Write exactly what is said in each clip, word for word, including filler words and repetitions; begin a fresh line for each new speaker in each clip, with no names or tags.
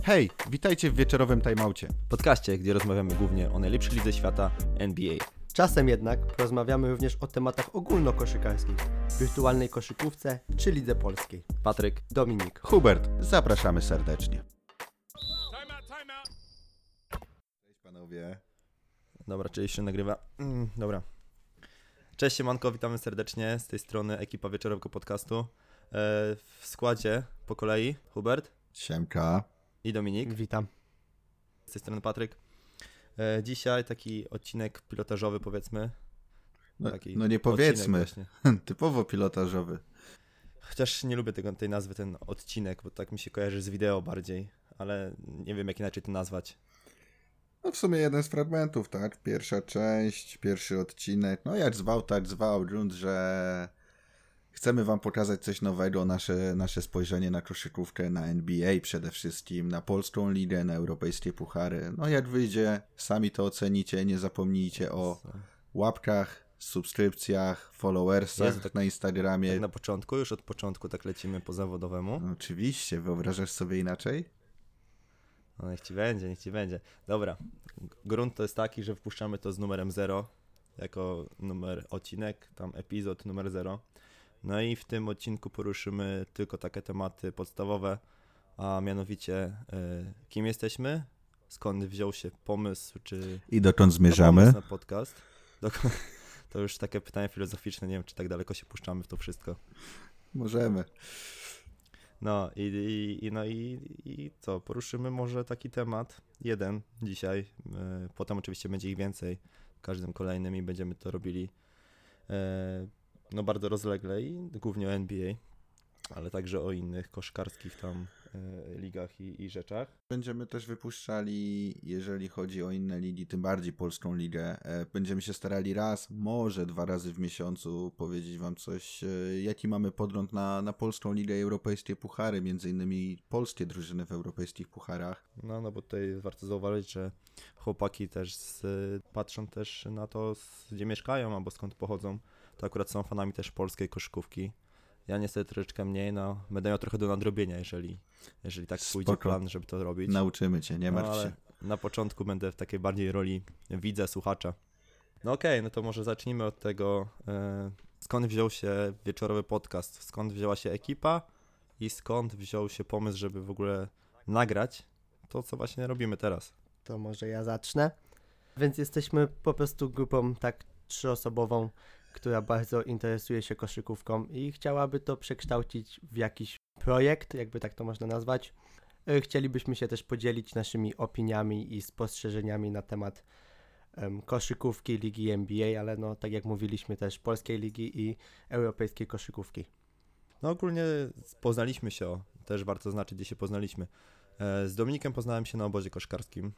Hej, witajcie w wieczorowym timeoucie.
Podcaście, gdzie rozmawiamy głównie o najlepszej lidze świata N B A.
Czasem jednak porozmawiamy również o tematach ogólnokoszykarskich, wirtualnej koszykówce czy lidze polskiej.
Patryk,
Dominik.
Hubert, zapraszamy serdecznie. Cześć panowie.
dobra, czyli jeszcze nagrywa. Mm, dobra. Cześć siemanko, witamy serdecznie z tej strony ekipa wieczorowego podcastu. E, w składzie po kolei Hubert
Siemka.
i Dominik.
Witam.
Z tej strony Patryk. E, dzisiaj taki odcinek pilotażowy, powiedzmy.
No,
Taki
no nie
odcinek
powiedzmy,
właśnie.
typowo pilotażowy.
Chociaż nie lubię tego, tej nazwy, ten odcinek, bo tak mi się kojarzy z wideo bardziej, ale nie wiem jak inaczej to nazwać.
No w sumie jeden z fragmentów, tak? Pierwsza część, pierwszy odcinek. No jak zwał, tak zwał. Grunt, że chcemy wam pokazać coś nowego, nasze, nasze spojrzenie na koszykówkę, na N B A przede wszystkim, na polską ligę, na europejskie puchary. No jak wyjdzie, sami to ocenicie, nie zapomnijcie o łapkach, subskrypcjach, followersach
Jezu, tak-
na Instagramie.
Tak na początku, już od początku tak lecimy po zawodowemu.
No, oczywiście, wyobrażasz sobie inaczej?
No niech ci będzie, niech ci będzie. Dobra, grunt to jest taki, że wpuszczamy to z numerem zero, jako numer odcinek, tam epizod numer zero. No i w tym odcinku poruszymy tylko takie tematy podstawowe, a mianowicie y, kim jesteśmy, skąd wziął się pomysł, czy
I dokąd
na
zmierzamy?
pomysł na podcast. Dok- To już takie pytanie filozoficzne, nie wiem czy tak daleko się puszczamy w to wszystko.
Możemy.
No i, i, i, no i, i co, poruszymy może taki temat, jeden dzisiaj, yy, potem oczywiście będzie ich więcej, każdym kolejnym i będziemy to robili yy, no bardzo rozlegle i głównie o N B A, ale także o innych koszkarskich tam yy, ligach i, i rzeczach.
Będziemy też wypuszczali, jeżeli chodzi o inne ligi, tym bardziej polską ligę, e, będziemy się starali raz, może dwa razy w miesiącu powiedzieć wam coś, e, jaki mamy pogląd na, na polską ligę i europejskie puchary, między innymi polskie drużyny w europejskich pucharach.
No, no bo tutaj warto zauważyć, że chłopaki też z, patrzą też na to, z, gdzie mieszkają albo skąd pochodzą, to akurat są fanami też polskiej koszykówki. Ja niestety troszeczkę mniej, no będę miał trochę do nadrobienia, jeżeli, jeżeli tak pójdzie
Spoko.
plan, żeby to robić.
Nauczymy cię, nie
No,
martw
ale
się.
na początku będę w takiej bardziej roli widza, słuchacza. No okej, okay, no to może zacznijmy od tego, e, skąd wziął się wieczorowy podcast, skąd wzięła się ekipa i skąd wziął się pomysł, żeby w ogóle nagrać to, co właśnie robimy teraz.
To może ja zacznę. Więc jesteśmy po prostu grupą tak trzyosobową, która bardzo interesuje się koszykówką i chciałaby to przekształcić w jakiś projekt, jakby tak to można nazwać. E, Chcielibyśmy się też podzielić naszymi opiniami i spostrzeżeniami na temat em, koszykówki, ligi N B A, ale no tak jak mówiliśmy też polskiej ligi i europejskiej koszykówki.
No ogólnie poznaliśmy się, o, też warto zaznaczyć, gdzie się poznaliśmy. E, z Dominikiem poznałem się na obozie koszkarskim,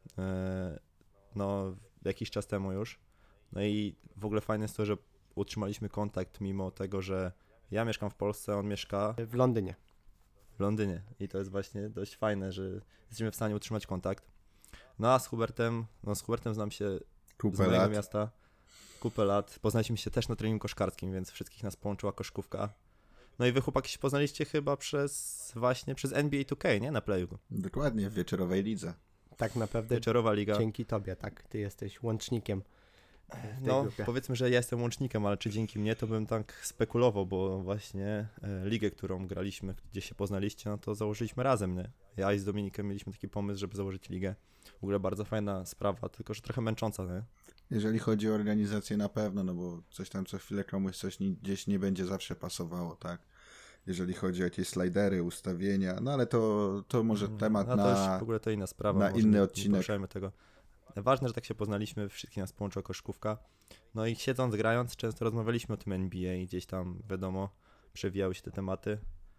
e, no jakiś czas temu już. No i w ogóle fajne jest to, że utrzymaliśmy kontakt mimo tego, że ja mieszkam w Polsce, on mieszka
W Londynie.
w Londynie i to jest właśnie dość fajne, że jesteśmy w stanie utrzymać kontakt. No a z Hubertem, no z Hubertem znam się z
Kupę
mojego
lat.
miasta kupę lat. Poznaliśmy się też na treningu koszkarskim, więc wszystkich nas połączyła koszykówka. No i wy chłopaki się poznaliście chyba przez właśnie przez N B A two K, nie? Na playu.
Dokładnie, w wieczorowej lidze.
Tak naprawdę
Wieczorowa liga.
dzięki tobie, tak? Ty jesteś łącznikiem w tej
No,
grupie.
powiedzmy, że ja jestem łącznikiem, ale czy dzięki mnie, to bym tak spekulował, bo właśnie e, ligę, którą graliśmy, gdzie się poznaliście, no to założyliśmy razem, nie? Ja i z Dominikiem mieliśmy taki pomysł, żeby założyć ligę. W ogóle bardzo fajna sprawa, tylko że trochę męcząca, nie?
Jeżeli chodzi o organizację na pewno, no bo coś tam co chwilę komuś coś nie, gdzieś nie będzie zawsze pasowało, tak? Jeżeli chodzi o jakieś slidery, ustawienia, no ale to, to może temat
no, to już
na...
w ogóle to inna sprawa,
na
może
inny
nie,
odcinek.
Nie poruszajmy tego. Ważne, że tak się poznaliśmy, wszystkich nas połączyła koszykówka. No i siedząc, grając, często rozmawialiśmy o tym N B A i gdzieś tam, wiadomo, przewijały się te tematy.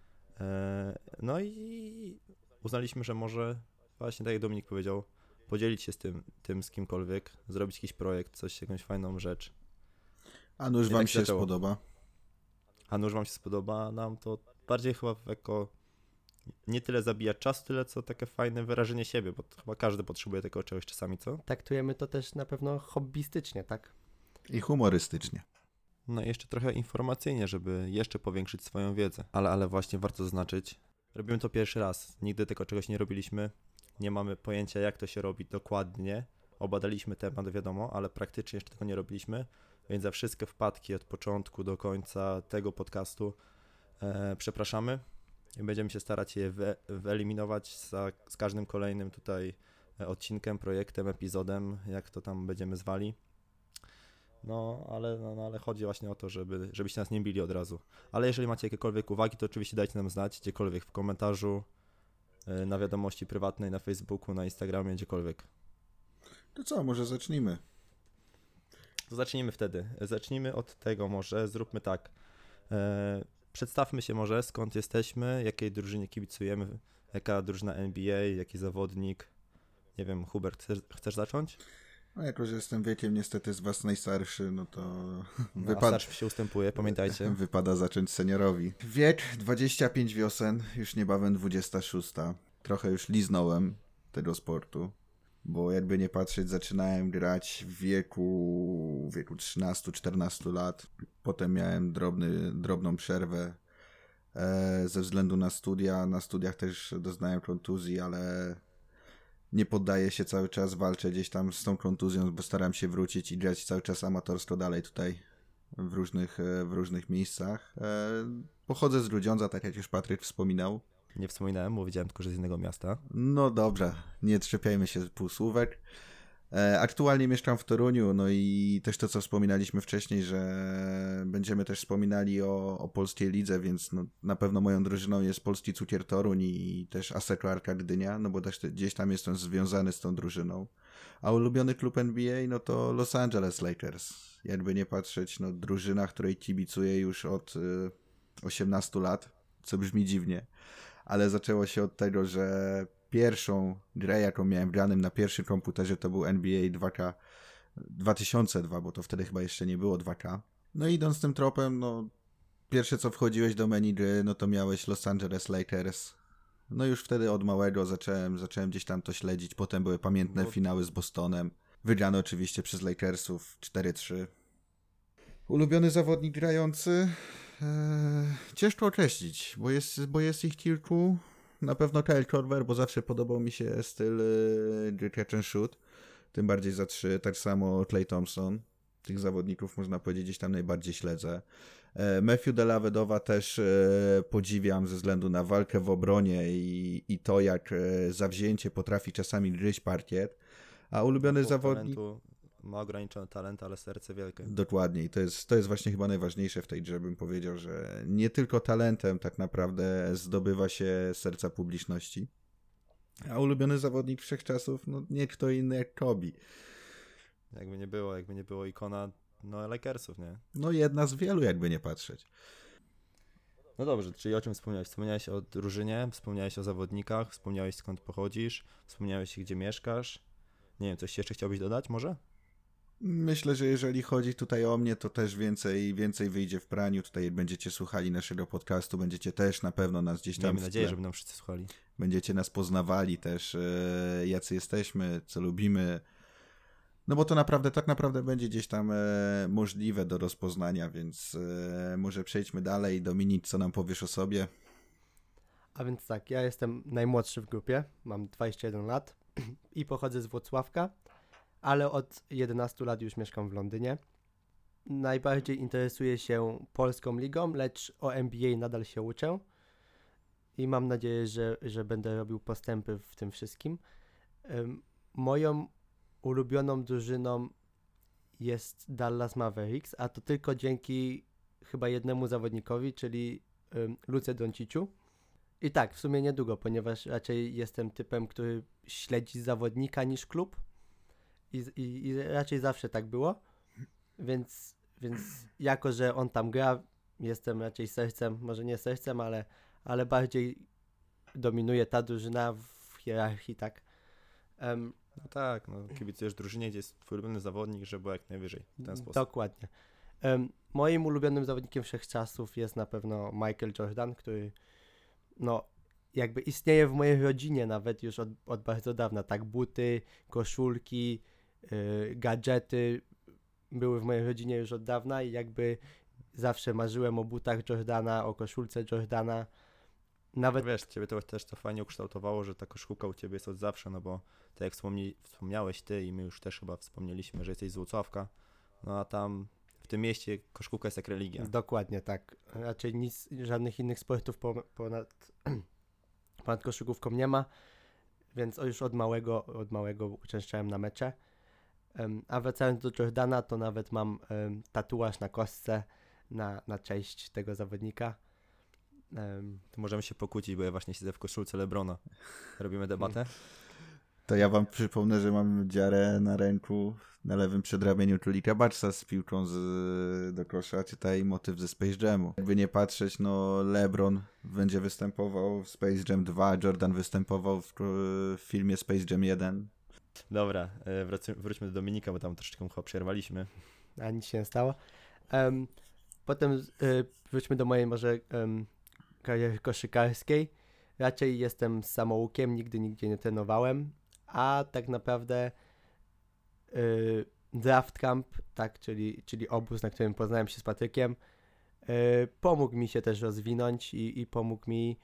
Eee, no i uznaliśmy, że może właśnie tak jak Dominik powiedział, podzielić się z tym, tym z kimkolwiek, zrobić jakiś projekt, coś, jakąś fajną rzecz.
A nuż
I
wam
tak
się
zaczęło.
spodoba?
A nuż wam się spodoba, nam to bardziej chyba jako nie tyle zabija czas, tyle co takie fajne wyrażenie siebie, bo to chyba każdy potrzebuje takiego czegoś czasami, co?
Traktujemy to też na pewno hobbystycznie, tak?
I humorystycznie.
No i jeszcze trochę informacyjnie, żeby jeszcze powiększyć swoją wiedzę. Ale, ale właśnie warto zaznaczyć, robimy to pierwszy raz. Nigdy tego czegoś nie robiliśmy. Nie mamy pojęcia, jak to się robi dokładnie. Obadaliśmy temat, wiadomo, ale praktycznie jeszcze tego nie robiliśmy. Więc za wszystkie wpadki od początku do końca tego podcastu e, przepraszamy. I będziemy się starać je wy, wyeliminować za, z każdym kolejnym tutaj odcinkiem, projektem, epizodem, jak to tam będziemy zwali. No, ale, no, no, ale chodzi właśnie o to, żeby, żebyście nas nie bili od razu. Ale jeżeli macie jakiekolwiek uwagi, to oczywiście dajcie nam znać, gdziekolwiek w komentarzu, yy, na wiadomości prywatnej, na Facebooku, na Instagramie, gdziekolwiek.
To co, może zacznijmy?
To zacznijmy wtedy. Zacznijmy od tego może, zróbmy tak. Yy, przedstawmy się może, skąd jesteśmy, jakiej drużynie kibicujemy, jaka drużyna N B A, jaki zawodnik. Nie wiem, Hubert, chcesz, chcesz zacząć?
No jako, że jestem wiekiem niestety z was najstarszy, no to
No,
wypad...
a starszym się ustępuje, pamiętajcie.
wypada zacząć seniorowi. Wiek dwadzieścia pięć wiosen, już niebawem dwudziesta szósta. Trochę już liznąłem tego sportu, bo jakby nie patrzeć, zaczynałem grać w wieku, w wieku trzynastu czternastu lat. Potem miałem drobny, drobną przerwę e, ze względu na studia. Na studiach też doznałem kontuzji, ale nie poddaję się cały czas, walczę gdzieś tam z tą kontuzją, bo staram się wrócić i grać cały czas amatorsko dalej tutaj w różnych, w różnych miejscach. E, pochodzę z Grudziądza, tak jak już Patryk wspominał.
Nie wspominałem, bo wiedziałem tylko, że z innego miasta.
No dobrze, nie trzepiajmy się z półsłówek. E, aktualnie mieszkam w Toruniu, no i też to, co wspominaliśmy wcześniej, że będziemy też wspominali o, o polskiej lidze, więc no, na pewno moją drużyną jest Polski Cukier Toruń i też Asseco Arka Gdynia, no bo też te, gdzieś tam jestem związany z tą drużyną. A ulubiony klub N B A, no to Los Angeles Lakers. Jakby nie patrzeć, no drużyna, której kibicuję już od y, osiemnastu lat, co brzmi dziwnie, ale zaczęło się od tego, że pierwszą grę, jaką miałem granym na pierwszym komputerze, to był N B A dwa K dwa tysiące dwa, bo to wtedy chyba jeszcze nie było dwa K. No i idąc tym tropem, no pierwsze co wchodziłeś do menu gry, no to miałeś Los Angeles Lakers. No już wtedy od małego zacząłem, zacząłem gdzieś tam to śledzić. Potem były pamiętne
Bo...
finały z Bostonem. Wygrano oczywiście przez Lakersów cztery trzy. Ulubiony zawodnik grający? Eee, ciężko określić, bo jest, bo jest ich kilku. Na pewno Kyle Korver, bo zawsze podobał mi się styl gry catch and shoot. Tym bardziej za trzy. Tak samo Klay Thompson. Tych zawodników można powiedzieć gdzieś tam najbardziej śledzę. E, Matthew Dellavedowa też e, podziwiam ze względu na walkę w obronie i, i to, jak e, zawzięcie potrafi czasami gryźć parkiet. A ulubiony
Chłop
zawodnik...
talentu, ma ograniczony talent, ale serce wielkie.
Dokładnie. I to jest, to jest właśnie chyba najważniejsze w tej grze, bym powiedział, że nie tylko talentem tak naprawdę zdobywa się serca publiczności. A ulubiony zawodnik wszechczasów, no nie kto inny jak Kobe.
Jakby nie było, jakby nie było ikona, no Lakersów, nie?
No jedna z wielu, jakby nie patrzeć.
No dobrze, czyli o czym wspomniałeś? Wspomniałeś o drużynie, wspomniałeś o zawodnikach, wspomniałeś skąd pochodzisz, wspomniałeś gdzie mieszkasz. Nie wiem, coś jeszcze chciałbyś dodać może?
Myślę, że jeżeli chodzi tutaj o mnie, to też więcej, więcej wyjdzie w praniu. Tutaj będziecie słuchali naszego podcastu, będziecie też na pewno nas gdzieś tam...
Miejmy
w
nadzieję,
tle-
że będą wszyscy słuchali.
Będziecie nas poznawali też, e, jacy jesteśmy, co lubimy. No bo to naprawdę, tak naprawdę będzie gdzieś tam e, możliwe do rozpoznania, więc e, może przejdźmy dalej. Dominik, co nam powiesz o sobie?
A więc tak, ja jestem najmłodszy w grupie, mam dwadzieścia jeden lat i pochodzę z Włocławka, ale od jedenastu lat już mieszkam w Londynie. Najbardziej interesuję się polską ligą, lecz o N B A nadal się uczę i mam nadzieję, że, że będę robił postępy w tym wszystkim. Ym, moją ulubioną drużyną jest Dallas Mavericks, a to tylko dzięki chyba jednemu zawodnikowi, czyli ym, Luce Donciciu. I tak, w sumie niedługo, ponieważ raczej jestem typem, który śledzi zawodnika niż klub i, i, i raczej zawsze tak było, więc, więc jako, że on tam gra, jestem raczej sercem, może nie sercem, ale, ale bardziej dominuje ta drużyna w hierarchii, tak. Um,
No tak, no kibicujesz drużynie, gdzie jest twój ulubiony zawodnik, żeby było jak najwyżej w ten sposób.
Dokładnie. Um, moim ulubionym zawodnikiem wszechczasów jest na pewno Michael Jordan, który no jakby istnieje w mojej rodzinie nawet już od, od bardzo dawna, tak, buty, koszulki, yy, gadżety były w mojej rodzinie już od dawna i jakby zawsze marzyłem o butach Jordana, o koszulce Jordana. Nawet
Wiesz, ciebie to też to fajnie ukształtowało, że ta koszykówka u ciebie jest od zawsze, no bo tak jak wspomni, wspomniałeś ty i my już też chyba wspomnieliśmy, że jesteś z Włocławka, no a tam w tym mieście koszykówka jest jak religia.
dokładnie tak. Raczej nic, żadnych innych sportów po- ponad, ponad koszykówką nie ma, więc już od małego, od małego uczęszczałem na mecze. Em, A wracając do Jordana, to nawet mam em, tatuaż na kostce na, na cześć tego zawodnika. Em,
To możemy się pokłócić, bo ja właśnie siedzę w koszulce Lebrona. Robimy debatę?
To ja wam przypomnę, że mam dziarę na ręku, na lewym przedramieniu Tulika Batcha z piłką z, do kosza, czytaj motyw ze Space Jamu. Jakby nie patrzeć, no LeBron będzie występował w Space Jam dwa, Jordan występował w, w filmie Space Jam jeden.
Dobra, e, wracy, wróćmy do Dominika, bo tam troszeczkę mu chyba przerwaliśmy.
a nic się nie stało. Em, Potem y, wróćmy do mojej może em, kariery koszykarskiej. Raczej jestem samoukiem, nigdy nigdzie nie trenowałem, a tak naprawdę y, draft camp, tak, czyli, czyli obóz, na którym poznałem się z Patrykiem, y, pomógł mi się też rozwinąć i, i pomógł mi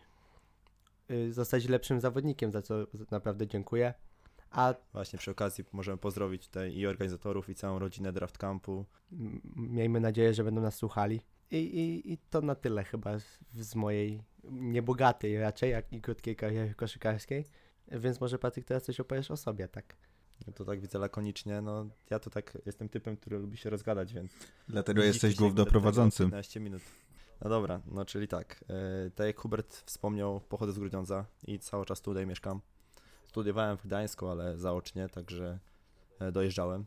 y, zostać lepszym zawodnikiem, za co naprawdę dziękuję. A
Właśnie przy okazji możemy pozdrowić tutaj i organizatorów, i całą rodzinę Draft Campu.
m- miejmy nadzieję, że będą nas słuchali. I, i, I to na tyle chyba z, z mojej niebogatej raczej, jak i krótkiej kariery koszykarskiej. Więc może Patryk teraz coś opowiesz o sobie, tak?
No to tak widzę lakonicznie, no ja to tak jestem typem, który lubi się rozgadać, więc...
Dlatego
nie
jesteś
zdziwcie się, jak będę
głównoprowadzącym.
tutaj piętnaście minut. No dobra, no czyli tak, e, tak jak Hubert wspomniał, pochodzę z Grudziądza i cały czas tutaj mieszkam. Studiowałem w Gdańsku, ale zaocznie, także e, dojeżdżałem.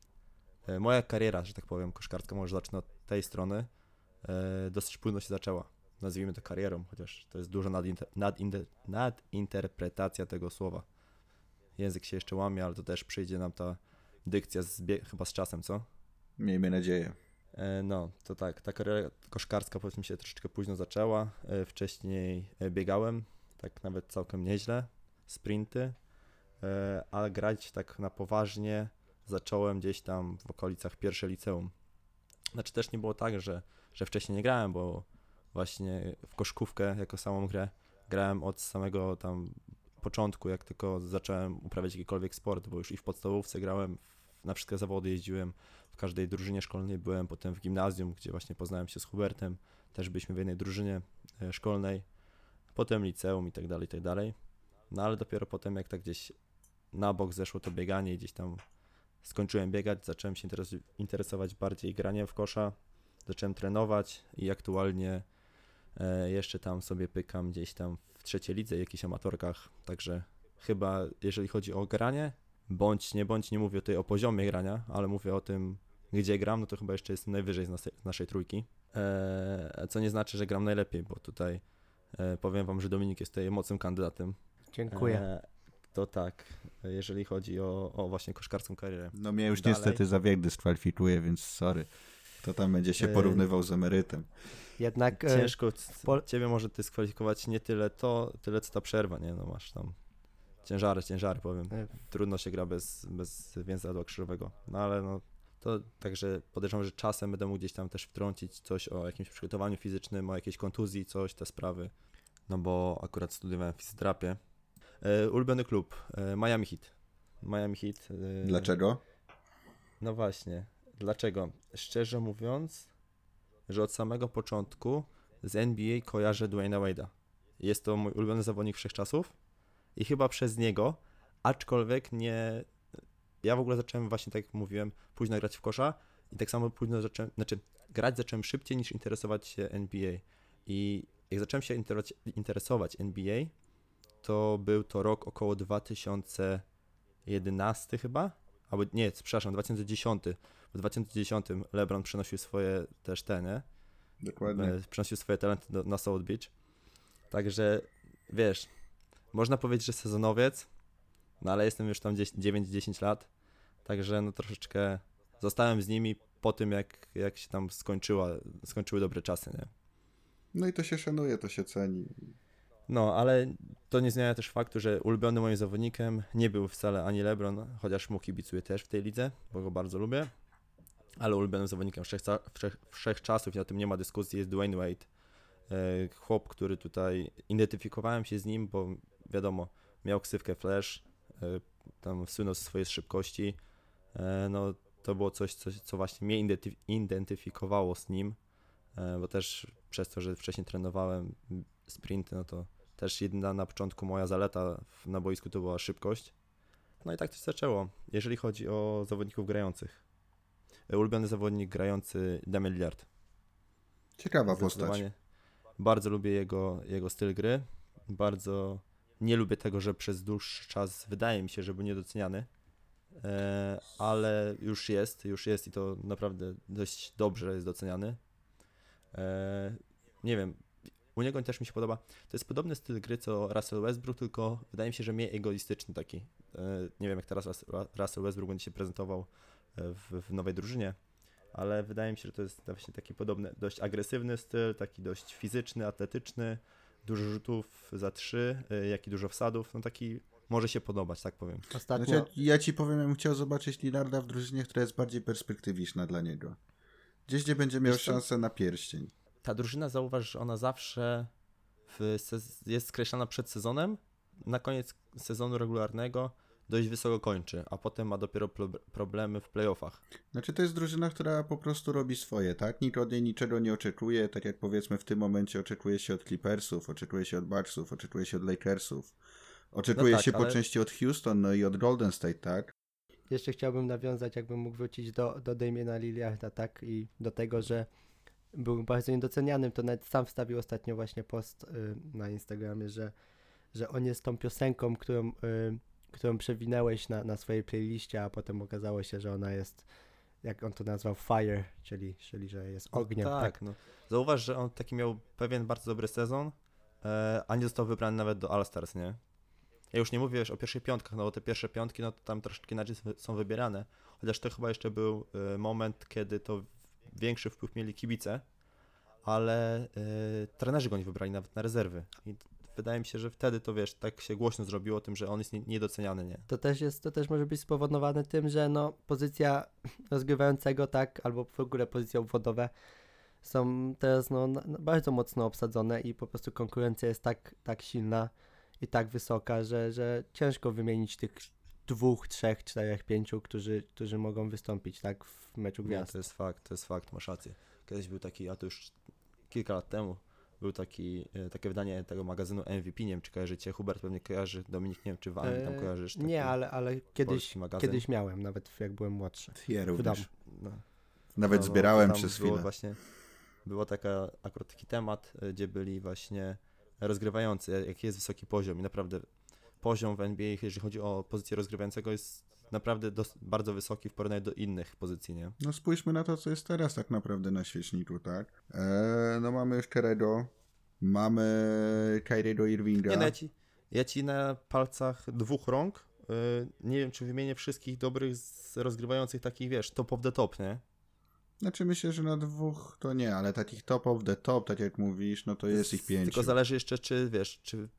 E, moja kariera, że tak powiem, koszkarska, może zacznę od tej strony, e, dosyć późno się zaczęła. Nazwijmy to karierą, chociaż to jest duża nadinter, nadinter, nadinterpretacja tego słowa. Język się jeszcze łamie, ale to też przyjdzie nam ta dykcja z bie- chyba z czasem, co?
Miejmy nadzieję.
E, No, to tak, ta kariera koszkarska powiedzmy się troszeczkę późno zaczęła. E, Wcześniej e, biegałem, tak nawet całkiem nieźle, sprinty, e, ale grać tak na poważnie zacząłem gdzieś tam w okolicach pierwsze liceum. Znaczy też nie było tak, że, że wcześniej nie grałem, bo właśnie w koszkówkę jako samą grę grałem od samego tam początku, jak tylko zacząłem uprawiać jakikolwiek sport, bo już i w podstawówce grałem, w, na wszystkie zawody jeździłem, w każdej drużynie szkolnej byłem, potem w gimnazjum, gdzie właśnie poznałem się z Hubertem, też byliśmy w jednej drużynie e, szkolnej, potem liceum i tak dalej, i tak dalej. No ale dopiero potem, jak tak gdzieś na bok zeszło to bieganie i gdzieś tam skończyłem biegać, zacząłem się interes- interesować bardziej graniem w kosza, zacząłem trenować i aktualnie e, jeszcze tam sobie pykam gdzieś tam w trzeciej lidze, w jakichś amatorkach, także chyba jeżeli chodzi o granie, bądź nie bądź, nie mówię tutaj o poziomie grania, ale mówię o tym, gdzie gram, no to chyba jeszcze jestem najwyżej z naszej, z naszej trójki, e, co nie znaczy, że gram najlepiej, bo tutaj e, powiem wam, że Dominik jest tutaj mocnym kandydatem.
Dziękuję.
E, to tak, jeżeli chodzi o, o właśnie koszkarską karierę.
No mnie już
Dalej.
niestety zabieg dyskwalifikuje, więc sorry. Kto tam będzie się
Yy.
porównywał z emerytem?
Jednak e,
Ciężko c-
Pol-
ciebie może dyskwalifikować nie tyle to, tyle co ta przerwa, nie? No masz tam ciężary, ciężary powiem.
e,
Trudno się gra bez, bez więzadła krzyżowego. No ale no to także podejrzewam, że czasem będę mógł gdzieś tam też wtrącić coś o jakimś przygotowaniu fizycznym, o jakiejś kontuzji, coś, te sprawy. No bo akurat studiowałem w fizjoterapii. E, ulubiony klub, e, Miami Heat. Miami Heat. E,
Dlaczego?
No właśnie, dlaczego? Szczerze mówiąc, że od samego początku z N B A kojarzę Dwayna Wade'a. Jest to mój ulubiony zawodnik wszechczasów i chyba przez niego, aczkolwiek nie... Ja w ogóle zacząłem właśnie, tak jak mówiłem, późno grać w kosza i tak samo późno zacząłem, znaczy grać zacząłem szybciej niż interesować się N B A. I jak zacząłem się interes- interesować N B A, to był to rok około dwa tysiące jedenasty chyba, albo nie, przepraszam, dwa tysiące dziesiąty. W dwa tysiące dziesiątym LeBron przenosił swoje też te, nie?
Dokładnie.
E, Przenosił swoje talenty do, na South Beach. Także, wiesz, można powiedzieć, że sezonowiec, no ale jestem już tam dziewięć dziesięć lat, także no troszeczkę zostałem z nimi po tym, jak, jak się tam skończyła, skończyły dobre czasy, nie?
No i to się szanuje, to się ceni.
No, ale to nie zmienia też faktu, że ulubionym moim zawodnikiem nie był wcale ani LeBron, chociaż mu kibicuję też w tej lidze, bo go bardzo lubię, ale ulubionym zawodnikiem wszechca- wszech, wszechczasów i o tym nie ma dyskusji jest Dwayne Wade. E, chłop, który tutaj identyfikowałem się z nim, bo wiadomo, miał ksywkę Flash, e, tam słynął ze swojej szybkości. E, no to było coś, co, co właśnie mnie identyf- identyfikowało z nim, e, bo też przez to, że wcześniej trenowałem sprinty, no to też jedna na początku moja zaleta w, na boisku to była szybkość. No i tak to się zaczęło, jeżeli chodzi o zawodników grających. E, ulubiony zawodnik grający Damian Lillard.
Ciekawa postać.
Zdecydowanie. Bardzo lubię jego, jego styl gry. Bardzo nie lubię tego, że przez dłuższy czas wydaje mi się, że był niedoceniany. E, ale już jest, już jest i to naprawdę dość dobrze jest doceniany. E, nie wiem, u niego też mi się podoba. To jest podobny styl gry co Russell Westbrook, tylko wydaje mi się, że mniej egoistyczny taki. E, nie wiem, jak teraz Rus- Russell Westbrook będzie się prezentował w, w nowej drużynie, ale wydaje mi się, że to jest właśnie taki podobny, dość agresywny styl, taki dość fizyczny, atletyczny, dużo rzutów za trzy, y, jak i dużo wsadów, no taki może się podobać, tak powiem.
Ostatnio,
Znaczy, ja ci powiem, ja bym chciał zobaczyć Lillarda w drużynie, która jest bardziej perspektywiczna dla niego. Gdzieś, gdzie będzie miał
Wiesz co?
szansę na pierścień.
Ta drużyna, zauważ, że ona zawsze w sez- jest skreślana przed sezonem, na koniec sezonu regularnego dość wysoko kończy, a potem ma dopiero pro- problemy w playoffach.
Znaczy, to jest drużyna, która po prostu robi swoje, tak? Nikt od niej niczego nie oczekuje, tak jak powiedzmy w tym momencie oczekuje się od Clippersów, oczekuje się od Bucksów, oczekuje się od Lakersów. Oczekuje
No tak,
się po
ale-
części od Houston, no i od Golden State, tak?
jeszcze chciałbym nawiązać, jakbym mógł wrócić do, do Damiana Lillarda, tak? I do tego, że był bardzo niedocenianym, to nawet sam wstawił ostatnio właśnie post y, na Instagramie, że, że on jest tą piosenką, którą, y, którą przewinęłeś na, na swojej playliście, a potem okazało się, że ona jest, jak on to nazwał, fire, czyli, czyli że jest ogniem.
No
tak.
tak, no. Zauważ, że on taki miał pewien bardzo dobry sezon, e, a nie został wybrany nawet do All-Stars, nie? Ja już nie mówię wiesz, o pierwszych piątkach, no bo te pierwsze piątki, no to tam troszeczkę inaczej s- są wybierane, chociaż to chyba jeszcze był e, moment, kiedy to większy wpływ mieli kibice, ale e, trenerzy go nie wybrali nawet na rezerwy i t- wydaje mi się, że wtedy to wiesz, tak się głośno zrobiło o tym, że on jest nie, niedoceniany, nie?
To też jest, to też może być spowodowane tym, że no pozycja rozgrywającego, tak, albo w ogóle pozycje obwodowe są teraz no, na- na- bardzo mocno obsadzone i po prostu konkurencja jest tak, tak silna i tak wysoka, że, że ciężko wymienić tych dwóch, trzech, czterech, pięciu, którzy, którzy mogą wystąpić, tak, w meczu
Nie,
gwiazd.
to jest fakt, to jest fakt, masz rację. Kiedyś był taki, a to już kilka lat temu, był taki, e, takie wydanie tego magazynu M V P, nie wiem czy kojarzycie, Hubert pewnie kojarzy, Dominik nie wiem czy w Anglii tam
Eee,
kojarzysz. Taki
Nie, ale, ale kiedyś,
polski magazyn.
kiedyś miałem, nawet jak byłem młodszy.
Ja
W domu.
również.
No,
Nawet
no, no,
zbierałem
to tam
przez
było
chwilę.
Właśnie, było taka, akurat taki temat, e, gdzie byli właśnie rozgrywający, jak- jaki jest wysoki poziom i naprawdę poziom w N B A, jeżeli chodzi o pozycję rozgrywającego jest naprawdę dos- bardzo wysoki w porównaniu do innych pozycji, nie?
No spójrzmy na to, co jest teraz tak naprawdę na świeczniku, tak? Eee, no mamy Kerego, mamy Kyriego Irvinga.
Nie, no ja ci, ja ci na palcach dwóch rąk, y, nie wiem czy wymienię wszystkich dobrych z rozgrywających takich, wiesz, top of the top, nie?
Znaczy myślę, że na dwóch to nie, ale takich top of the top, tak jak mówisz, no to jest ich pięciu.
Tylko zależy jeszcze, czy wiesz, czy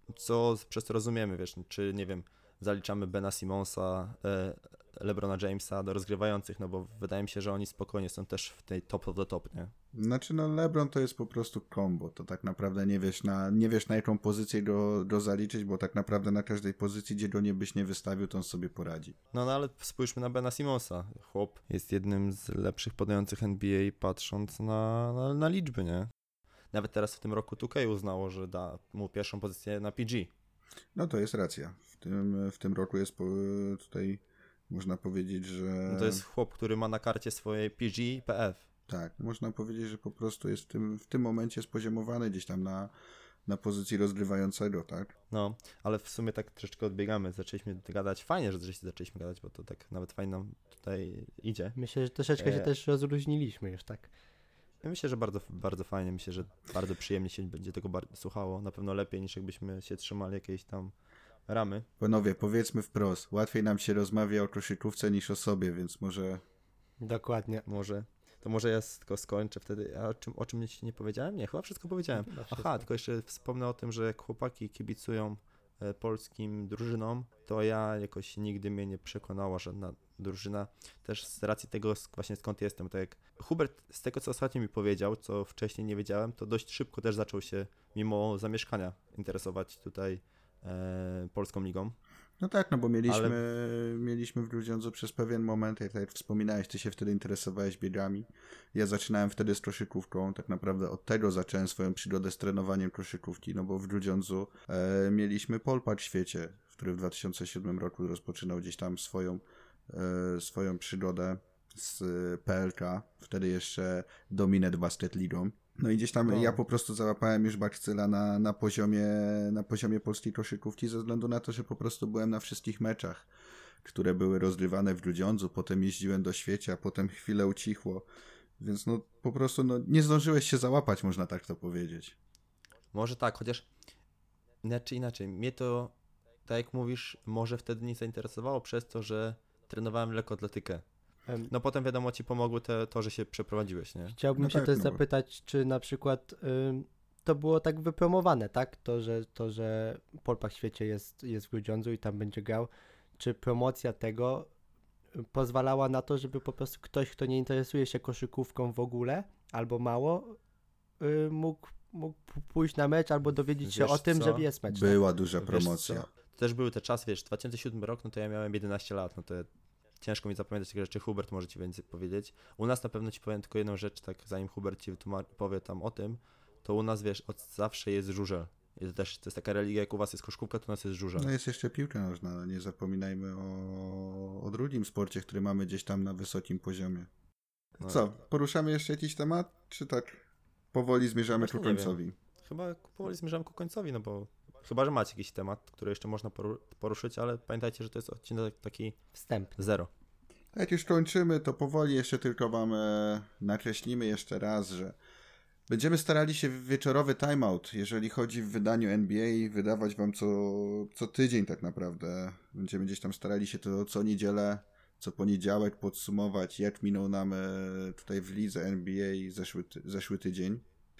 co z- przez to rozumiemy, wiesz, czy nie wiem, zaliczamy Bena Simonsa, e, LeBrona Jamesa do rozgrywających, no bo wydaje mi się, że oni spokojnie są też w tej top of the top, nie?
Znaczy no LeBron to jest po prostu combo, to tak naprawdę nie wiesz na, nie wiesz na jaką pozycję go, go zaliczyć, bo tak naprawdę na każdej pozycji, gdzie go nie byś nie wystawił, to on sobie poradzi.
No, no ale spójrzmy na Bena Simonsa. Chłop jest jednym z lepszych podających N B A patrząc na, na, na liczby, nie? Nawet teraz w tym roku two K uznało, że da mu pierwszą pozycję na P G.
No to jest racja. W tym, w tym roku jest po, tutaj można powiedzieć, że...
No to jest chłop, który ma na karcie swojej P G P F.
Tak, można powiedzieć, że po prostu jest w tym, w tym momencie spoziomowany gdzieś tam na, na pozycji rozgrywającego, tak?
No, ale w sumie tak troszeczkę odbiegamy. Zaczęliśmy gadać. Fajnie, że żeście zaczęliśmy gadać, bo to tak nawet fajnie nam tutaj idzie.
Myślę, że troszeczkę się
E,
też rozluźniliśmy już, tak.
Ja myślę, że bardzo, bardzo fajnie. Myślę, że bardzo przyjemnie się będzie tego bar- słuchało. Na pewno lepiej niż jakbyśmy się trzymali jakiejś tam ramy.
Panowie, powiedzmy wprost, łatwiej nam się rozmawia o koszykówce niż o sobie, więc może...
Dokładnie.
Może. To może ja s- tylko skończę wtedy. A o czym, o czym jeszcze nie powiedziałem? Nie, chyba wszystko powiedziałem.
Chyba
Aha,
wszystko.
tylko jeszcze wspomnę o tym, że jak chłopaki kibicują e, polskim drużynom, to ja jakoś nigdy mnie nie przekonała żadna drużyna. Też z racji tego sk- właśnie skąd jestem. Tak jak Hubert, z tego co ostatnio mi powiedział, co wcześniej nie wiedziałem, to dość szybko też zaczął się mimo zamieszkania interesować tutaj e, polską ligą.
No tak, no bo mieliśmy,
Ale-
mieliśmy w Grudziądzu przez pewien moment, jak, tak jak wspominałeś, ty się wtedy interesowałeś biegami. Ja zaczynałem wtedy z koszykówką, tak naprawdę od tego zacząłem swoją przygodę z trenowaniem koszykówki, no bo w Grudziądzu e, mieliśmy Polpak w świecie, który w dwa tysiące siódmym roku rozpoczynał gdzieś tam swoją, e, swoją przygodę z P L K, wtedy jeszcze Dominet Basket Ligą. No i gdzieś tam
No.
ja po prostu załapałem już bakcyla na, na, poziomie, na poziomie polskiej koszykówki ze względu na to, że po prostu byłem na wszystkich meczach, które były rozgrywane w Grudziądzu, potem jeździłem do Świecia, potem chwilę ucichło, więc no po prostu no, nie zdążyłeś się załapać, można tak to powiedzieć.
Może tak, chociaż inaczej, inaczej. Mnie to, tak jak mówisz, może wtedy nie zainteresowało przez to, że trenowałem lekkoatletykę.
Em,
No potem wiadomo ci pomogły te, to, że się przeprowadziłeś, nie?
Chciałbym
No
się
tak,
też
no bo-
zapytać, czy na przykład ym, to było tak wypromowane, tak? To, że, to, że Polpak w świecie jest, jest w Grudziądzu i tam będzie grał. Czy promocja tego y, pozwalała na to, żeby po prostu ktoś, kto nie interesuje się koszykówką w ogóle, albo mało, y, mógł, mógł p- pójść na mecz albo dowiedzieć się
Wiesz
o tym,
co?
że jest mecz. tak?
Była duża
Wiesz
promocja.
co? To też były te czasy, wiesz, dwa tysiące siódmy rok, no to ja miałem jedenaście lat, no to ciężko mi zapamiętać takie rzeczy. Hubert może ci więcej powiedzieć. U nas na pewno ci powiem tylko jedną rzecz, tak zanim Hubert ci wytłuma- powie tam o tym, to u nas, wiesz, od zawsze jest żużel. I to też to jest taka religia, jak u was jest koszkówka, to u nas jest żużel.
No jest jeszcze piłka nożna, ale nie zapominajmy o, o drugim sporcie, który mamy gdzieś tam na wysokim poziomie.
No,
Co, poruszamy jeszcze jakiś temat, czy tak powoli zmierzamy
Właśnie
ku
nie
końcowi?
Chyba powoli zmierzam ku końcowi, no bo chyba, że macie jakiś temat, który jeszcze można poru- poruszyć, ale pamiętajcie, że to jest odcinek taki
Wstęp.
zero.
Jak już kończymy, to powoli jeszcze tylko wam e, nakreślimy jeszcze raz, że będziemy starali się w wieczorowy timeout, jeżeli chodzi w wydaniu N B A, wydawać wam co, co tydzień tak naprawdę. Będziemy gdzieś tam starali się to co niedzielę, co poniedziałek podsumować, jak minął nam e, tutaj w lidze N B A zeszły, ty- zeszły tydzień.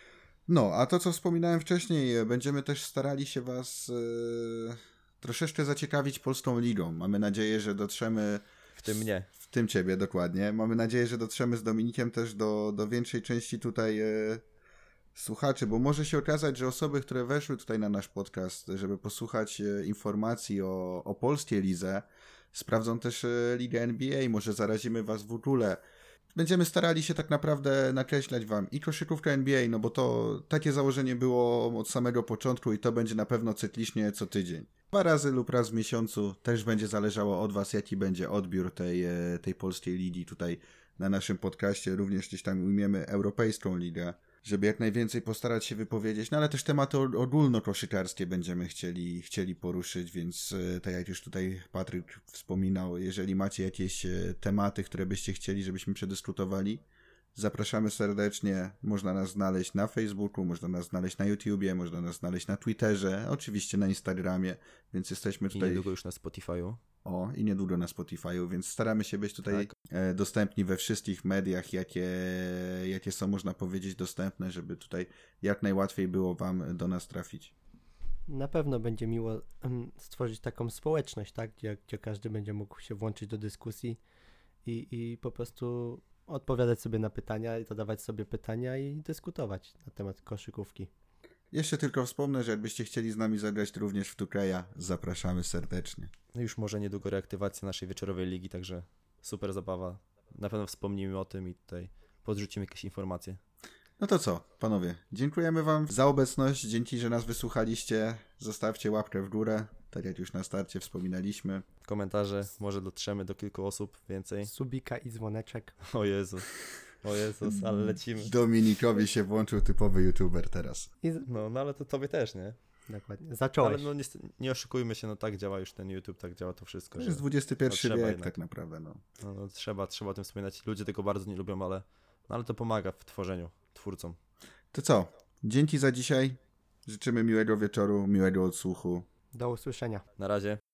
No, a to co wspominałem wcześniej, e, będziemy też starali się was e, troszeczkę zaciekawić polską ligą. Mamy nadzieję, że dotrzemy
W tym mnie.
w tym ciebie, dokładnie. Mamy nadzieję, że dotrzemy z Dominikiem też do, do większej części tutaj e, słuchaczy, bo może się okazać, że osoby, które weszły tutaj na nasz podcast, żeby posłuchać e, informacji o, o polskiej lidze, sprawdzą też e, ligę N B A, może zarazimy was w ogóle. Będziemy starali się tak naprawdę nakreślać wam i koszykówkę N B A, no bo to takie założenie było od samego początku i to będzie na pewno cyklicznie co tydzień. Dwa razy lub raz w miesiącu też będzie zależało od was, jaki będzie odbiór tej, e, tej polskiej ligi tutaj na naszym podcaście. Również gdzieś tam ujmiemy europejską ligę, żeby jak najwięcej postarać się wypowiedzieć, no ale też tematy o- ogólnokoszykarskie będziemy chcieli, chcieli poruszyć, więc e, tak jak już tutaj Patryk wspominał, jeżeli macie jakieś e, tematy, które byście chcieli, żebyśmy przedyskutowali, zapraszamy serdecznie. Można nas znaleźć na Facebooku, można nas znaleźć na YouTubie, można nas znaleźć na Twitterze, oczywiście na Instagramie, więc jesteśmy
I
tutaj...
niedługo już na Spotify'u.
O, i niedługo na Spotify'u, więc staramy się być tutaj
Tak.
e, dostępni we wszystkich mediach, jakie, jakie są, można powiedzieć, dostępne, żeby tutaj jak najłatwiej było wam do nas trafić.
Na pewno będzie miło em, stworzyć taką społeczność, tak? Gdzie, gdzie każdy będzie mógł się włączyć do dyskusji i, i po prostu odpowiadać sobie na pytania, i zadawać sobie pytania i dyskutować na temat koszykówki.
Jeszcze tylko wspomnę, że jakbyście chcieli z nami zagrać również w Tukeja, zapraszamy serdecznie.
No już może niedługo reaktywacja naszej wieczorowej ligi, także super zabawa. Na pewno wspomnimy o tym i tutaj podrzucimy jakieś informacje.
No to co, panowie, dziękujemy wam za obecność, dzięki, że nas wysłuchaliście, zostawcie łapkę w górę, tak jak już na starcie wspominaliśmy.
Komentarze, może dotrzemy do kilku osób więcej.
Subika i dzwoneczek.
O Jezu, o Jezus, ale lecimy.
Dominikowi się włączył typowy youtuber teraz.
I z...
No, no ale to tobie też, nie?
Dokładnie. Zacząłeś.
Ale no niestety, nie oszukujmy się, no tak działa już ten YouTube, tak działa to wszystko.
To
Że,
jest dwudziesty pierwszy
no, trzeba
wiek
jednak.
tak naprawdę, no.
no, no, trzeba, trzeba o tym wspominać. Ludzie tego bardzo nie lubią, ale, no, ale to pomaga w tworzeniu, twórcom.
To co? Dzięki za dzisiaj. Życzymy miłego wieczoru, miłego odsłuchu.
Do usłyszenia.
Na razie.